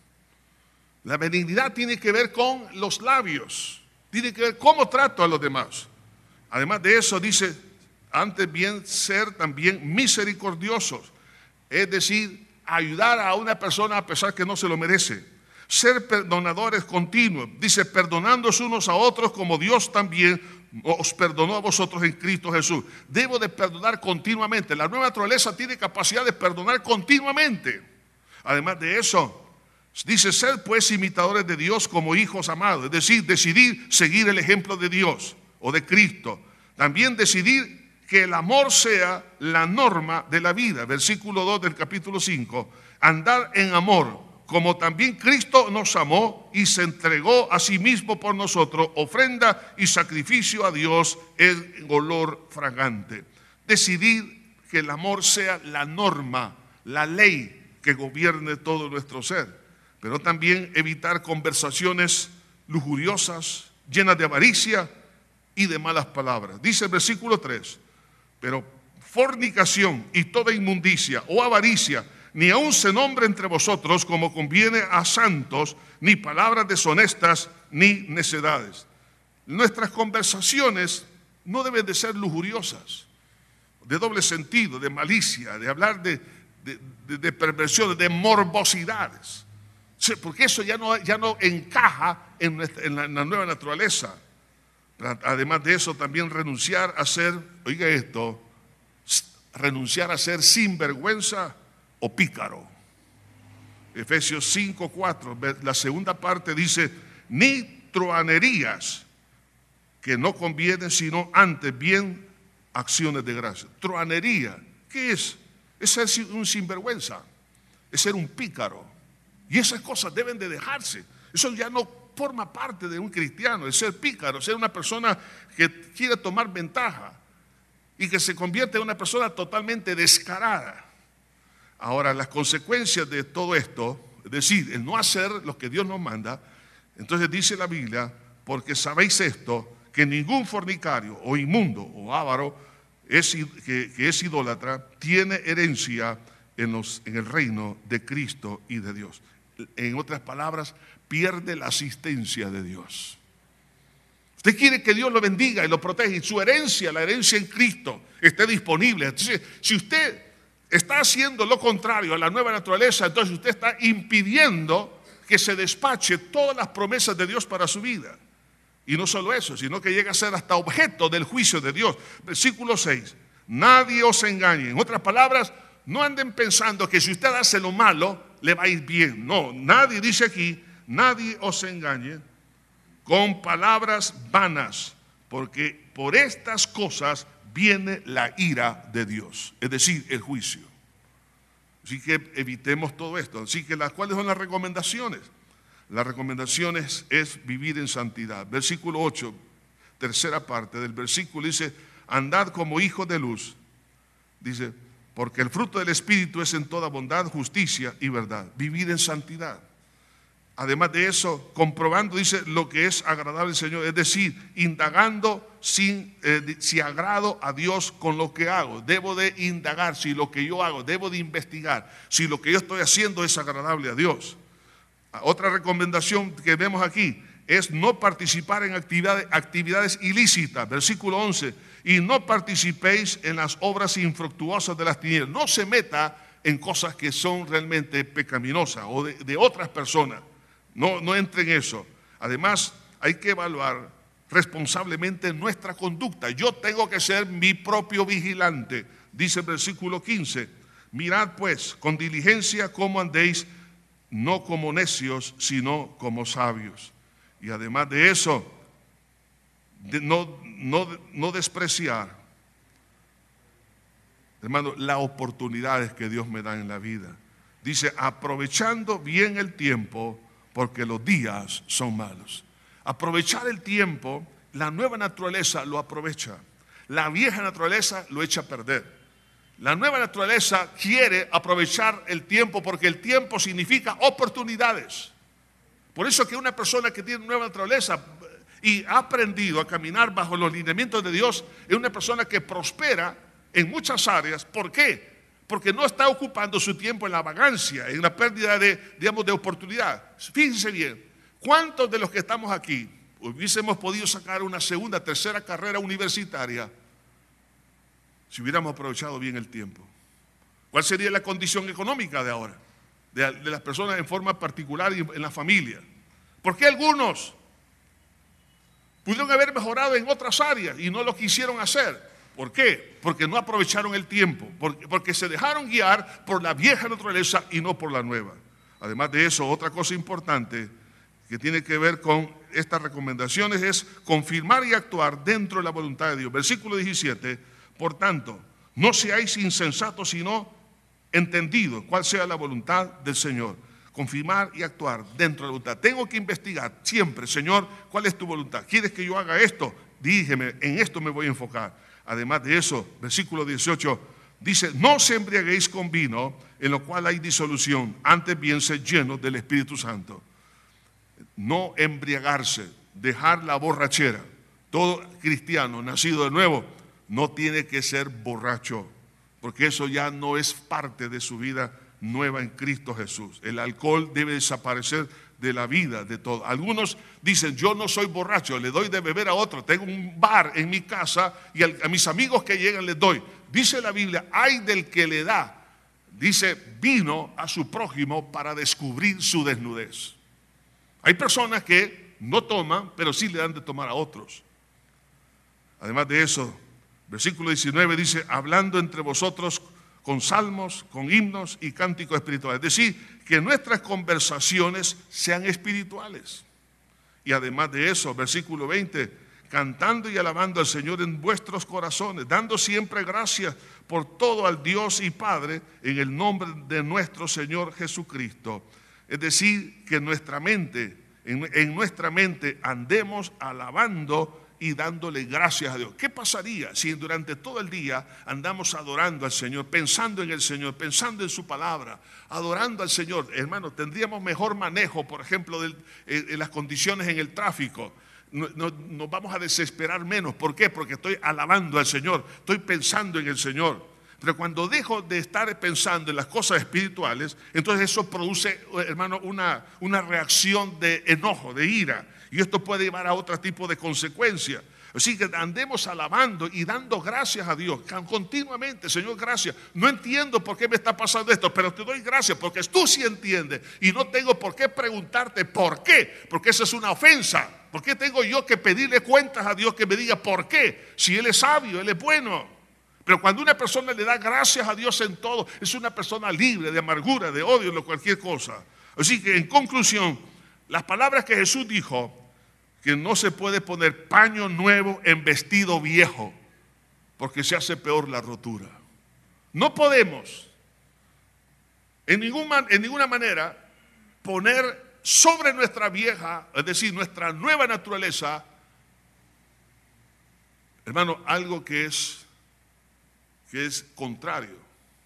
La benignidad tiene que ver con los labios, tiene que ver cómo trato a los demás. Además de eso dice, antes bien ser también misericordiosos, es decir, ayudar a una persona a pesar que no se lo merece. Ser perdonadores continuos, dice, perdonándoos unos a otros como Dios también os perdonó a vosotros en Cristo Jesús. Debo de perdonar continuamente. La nueva naturaleza tiene capacidad de perdonar continuamente. Además de eso, dice, sed pues imitadores de Dios como hijos amados, es decir, decidir seguir el ejemplo de Dios o de Cristo. También decidir que el amor sea la norma de la vida. Versículo 2 del capítulo 5. Andar en amor, como también Cristo nos amó y se entregó a sí mismo por nosotros, ofrenda y sacrificio a Dios en olor fragante. Decidir que el amor sea la norma, la ley que gobierne todo nuestro ser. Pero también evitar conversaciones lujuriosas, llenas de avaricia y de malas palabras. Dice el versículo 3. Pero fornicación y toda inmundicia o avaricia, ni aun se nombre entre vosotros como conviene a santos, ni palabras deshonestas, ni necedades. Nuestras conversaciones no deben de ser lujuriosas, de doble sentido, de malicia, de hablar de perversiones, de morbosidades. Porque eso ya no encaja en la nueva naturaleza. Además de eso, también renunciar a ser, oiga esto, renunciar a ser sinvergüenza o pícaro. Efesios 5:4, la segunda parte dice, ni truhanerías, que no convienen, sino antes bien acciones de gracia. Truhanería, ¿qué es? Es ser un sinvergüenza, es ser un pícaro. Y esas cosas deben de dejarse. Eso ya no forma parte de un cristiano, es ser pícaro, ser una persona que quiere tomar ventaja y que se convierte en una persona totalmente descarada. Ahora, las consecuencias de todo esto, es decir, el no hacer lo que Dios nos manda, entonces dice la Biblia, porque sabéis esto, que ningún fornicario o inmundo o avaro que es idólatra tiene herencia en el reino de Cristo y de Dios. En otras palabras, pierde la asistencia de Dios. Usted quiere que Dios lo bendiga y lo proteja y su herencia, la herencia en Cristo, esté disponible. Entonces, si usted está haciendo lo contrario a la nueva naturaleza, entonces usted está impidiendo que se despache todas las promesas de Dios para su vida. Y no solo eso, sino que llega a ser hasta objeto del juicio de Dios. Versículo 6. Nadie os engañe. En otras palabras, no anden pensando que si usted hace lo malo, le va a ir bien. No, nadie dice aquí, nadie os engañe con palabras vanas, porque por estas cosas viene la ira de Dios, es decir, el juicio. Así que evitemos todo esto. Así que ¿cuáles son las recomendaciones? Las recomendaciones es vivir en santidad. Versículo 8, tercera parte del versículo dice, andad como hijos de luz. Dice, porque el fruto del Espíritu es en toda bondad, justicia y verdad. Vivir en santidad. Además de eso, comprobando, dice, lo que es agradable al Señor. Es decir, indagando si agrado a Dios con lo que hago. Debo de indagar si lo que yo hago, debo de investigar si lo que yo estoy haciendo es agradable a Dios. Otra recomendación que vemos aquí es no participar en actividades ilícitas. Versículo 11, y no participéis en las obras infructuosas de las tinieblas. No se meta en cosas que son realmente pecaminosas o de otras personas. No entre en eso. Además, hay que evaluar responsablemente nuestra conducta. Yo tengo que ser mi propio vigilante. Dice el versículo 15, mirad pues con diligencia cómo andéis, no como necios, sino como sabios. Y además de eso, no despreciar, hermano, las oportunidades que Dios me da en la vida. Dice, aprovechando bien el tiempo, porque los días son malos. Aprovechar el tiempo, la nueva naturaleza lo aprovecha. La vieja naturaleza lo echa a perder. La nueva naturaleza quiere aprovechar el tiempo porque el tiempo significa oportunidades. Por eso que una persona que tiene nueva naturaleza y ha aprendido a caminar bajo los lineamientos de Dios es una persona que prospera en muchas áreas. ¿Por qué? Porque no está ocupando su tiempo en la vagancia, en la pérdida de oportunidad. Fíjense bien, ¿cuántos de los que estamos aquí hubiésemos podido sacar una segunda, tercera carrera universitaria si hubiéramos aprovechado bien el tiempo? ¿Cuál sería la condición económica de ahora, de las personas en forma particular y en la familia? ¿Por qué algunos pudieron haber mejorado en otras áreas y no lo quisieron hacer? ¿Por qué? Porque no aprovecharon el tiempo, porque se dejaron guiar por la vieja naturaleza y no por la nueva. Además de eso, otra cosa importante que tiene que ver con estas recomendaciones es confirmar y actuar dentro de la voluntad de Dios. Versículo 17, por tanto, no seáis insensatos, sino entendidos cuál sea la voluntad del Señor. Confirmar y actuar dentro de la voluntad. Tengo que investigar siempre, Señor, ¿cuál es tu voluntad? ¿Quieres que yo haga esto? Dígame, en esto me voy a enfocar. Además de eso, versículo 18, dice, no os embriaguéis con vino, en lo cual hay disolución, antes bien sed llenos del Espíritu Santo. No embriagarse, dejar la borrachera. Todo cristiano nacido de nuevo no tiene que ser borracho, porque eso ya no es parte de su vida nueva en Cristo Jesús. El alcohol debe desaparecer de la vida de todos. Algunos dicen, yo no soy borracho, le doy de beber a otro, tengo un bar en mi casa y a mis amigos que llegan les doy. Dice la Biblia, ay del que le da, dice, vino a su prójimo para descubrir su desnudez. Hay personas que no toman, pero sí le dan de tomar a otros. Además de eso, versículo 19 dice, hablando entre vosotros con salmos, con himnos y cánticos espirituales. Es decir, que nuestras conversaciones sean espirituales. Y además de eso, versículo 20, cantando y alabando al Señor en vuestros corazones, dando siempre gracias por todo al Dios y Padre en el nombre de nuestro Señor Jesucristo. Es decir, que en nuestra mente andemos alabando y dándole gracias a Dios. ¿Qué pasaría si durante todo el día andamos adorando al Señor, pensando en el Señor, pensando en su palabra, adorando al Señor? Hermano, tendríamos mejor manejo, por ejemplo, de las condiciones en el tráfico. Nos vamos a desesperar menos. ¿Por qué? Porque estoy alabando al Señor, estoy pensando en el Señor. Pero cuando dejo de estar pensando en las cosas espirituales, entonces eso produce, hermano, una reacción de enojo, de ira. Y esto puede llevar a otro tipo de consecuencias. Así que andemos alabando y dando gracias a Dios continuamente. Señor, gracias. No entiendo por qué me está pasando esto, pero te doy gracias porque tú sí entiendes. Y no tengo por qué preguntarte por qué, porque esa es una ofensa. ¿Por qué tengo yo que pedirle cuentas a Dios que me diga por qué? Si Él es sabio, Él es bueno. Pero cuando una persona le da gracias a Dios en todo, es una persona libre de amargura, de odio, de cualquier cosa. Así que en conclusión, las palabras que Jesús dijo, que no se puede poner paño nuevo en vestido viejo, porque se hace peor la rotura. No podemos en ninguna manera poner sobre nuestra vieja, es decir, nuestra nueva naturaleza, hermano, algo que es contrario.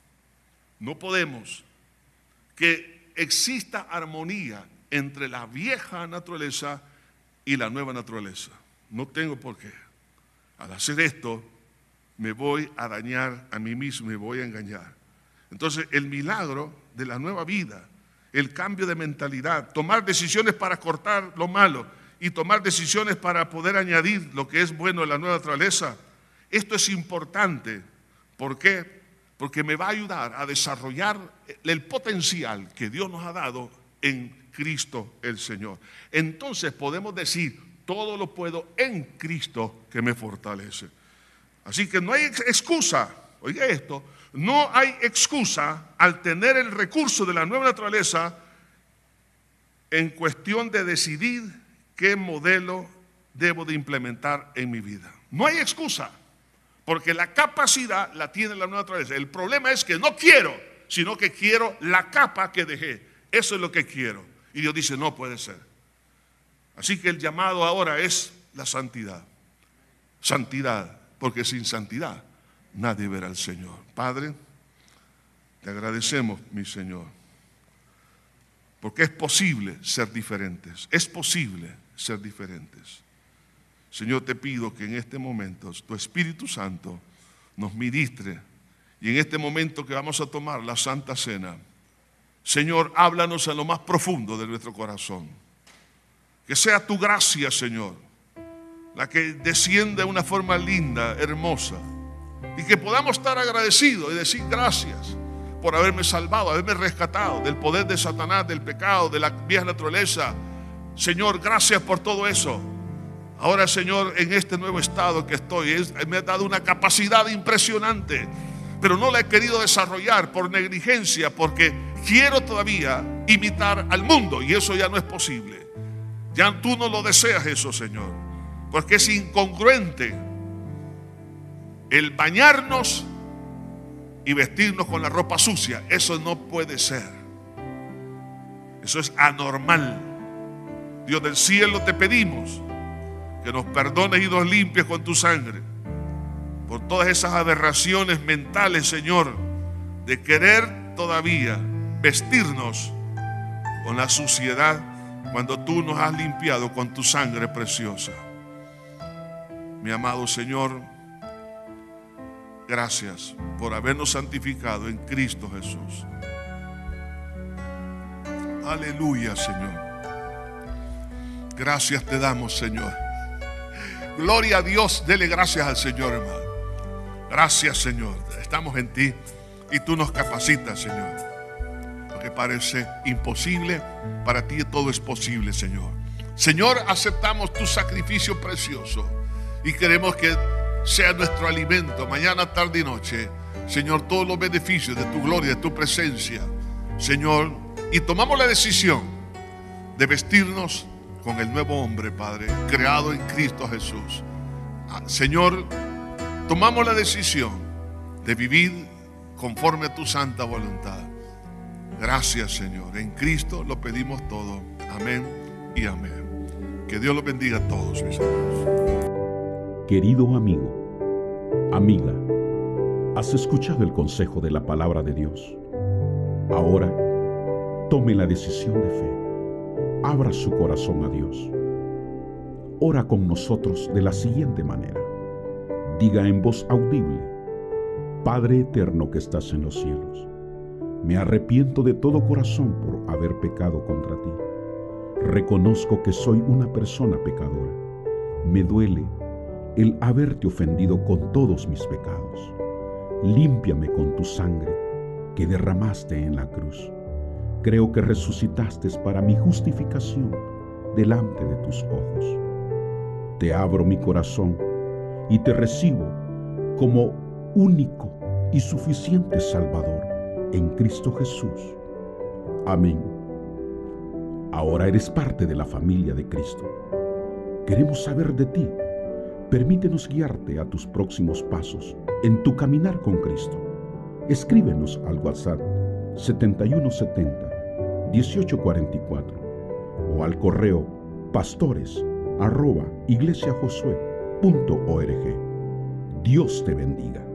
No podemos que exista armonía entre la vieja naturaleza y la nueva naturaleza. No tengo por qué. Al hacer esto, me voy a dañar a mí mismo, me voy a engañar. Entonces, el milagro de la nueva vida, el cambio de mentalidad, tomar decisiones para cortar lo malo y tomar decisiones para poder añadir lo que es bueno en la nueva naturaleza, esto es importante. ¿Por qué? Porque me va a ayudar a desarrollar el potencial que Dios nos ha dado en Cristo el Señor. Entonces podemos decir, todo lo puedo en Cristo que me fortalece. Así que no hay excusa, oiga esto, no hay excusa al tener el recurso de la nueva naturaleza en cuestión de decidir qué modelo debo de implementar en mi vida. No hay excusa, porque la capacidad la tiene la nueva naturaleza. El problema es que no quiero, sino que quiero la capa que dejé. Eso es lo que quiero. Y Dios dice, no puede ser. Así que el llamado ahora es la santidad. Santidad, porque sin santidad nadie verá al Señor. Padre, te agradecemos, mi Señor, porque es posible ser diferentes. Es posible ser diferentes. Señor, te pido que en este momento tu Espíritu Santo nos ministre. Y en este momento que vamos a tomar la Santa Cena, Señor, háblanos en lo más profundo de nuestro corazón. Que sea tu gracia, Señor, la que descienda de una forma linda, hermosa. Y que podamos estar agradecidos y decir gracias por haberme salvado, haberme rescatado del poder de Satanás, del pecado, de la vieja naturaleza. Señor, gracias por todo eso. Ahora, Señor, en este nuevo estado que estoy, me ha dado una capacidad impresionante, pero no la he querido desarrollar por negligencia, porque quiero todavía imitar al mundo y eso ya no es posible. Ya tú no lo deseas eso, Señor, porque es incongruente el bañarnos y vestirnos con la ropa sucia. Eso no puede ser. Eso es anormal. Dios del cielo, te pedimos que nos perdones y nos limpies con tu sangre por todas esas aberraciones mentales, Señor, de querer todavía vestirnos con la suciedad cuando tú nos has limpiado con tu sangre preciosa. Mi amado Señor, gracias por habernos santificado en Cristo Jesús. Aleluya, Señor. Gracias te damos, Señor. Gloria a Dios, dele gracias al Señor, hermano. Gracias, Señor. Estamos en ti y tú nos capacitas, Señor. Lo que parece imposible, para ti todo es posible, Señor. Señor, aceptamos tu sacrificio precioso y queremos que sea nuestro alimento mañana, tarde y noche. Señor, todos los beneficios de tu gloria, de tu presencia, Señor. Y tomamos la decisión de vestirnos con el nuevo hombre, Padre, creado en Cristo Jesús. Señor, tomamos la decisión de vivir conforme a tu santa voluntad. Gracias, Señor. En Cristo lo pedimos todo. Amén y amén. Que Dios los bendiga a todos, mis hermanos. Querido amigo, amiga, ¿has escuchado el consejo de la palabra de Dios? Ahora, tome la decisión de fe. Abra su corazón a Dios. Ora con nosotros de la siguiente manera. Diga en voz audible: Padre eterno que estás en los cielos, me arrepiento de todo corazón por haber pecado contra ti. Reconozco que soy una persona pecadora. Me duele el haberte ofendido con todos mis pecados. Límpiame con tu sangre que derramaste en la cruz. Creo que resucitaste para mi justificación delante de tus ojos. Te abro mi corazón y te recibo como único y suficiente Salvador en Cristo Jesús. Amén. Ahora eres parte de la familia de Cristo. Queremos saber de ti. Permítenos guiarte a tus próximos pasos en tu caminar con Cristo. Escríbenos al WhatsApp 7170-1844 o al correo pastores@iglesiajosue.org. Dios te bendiga.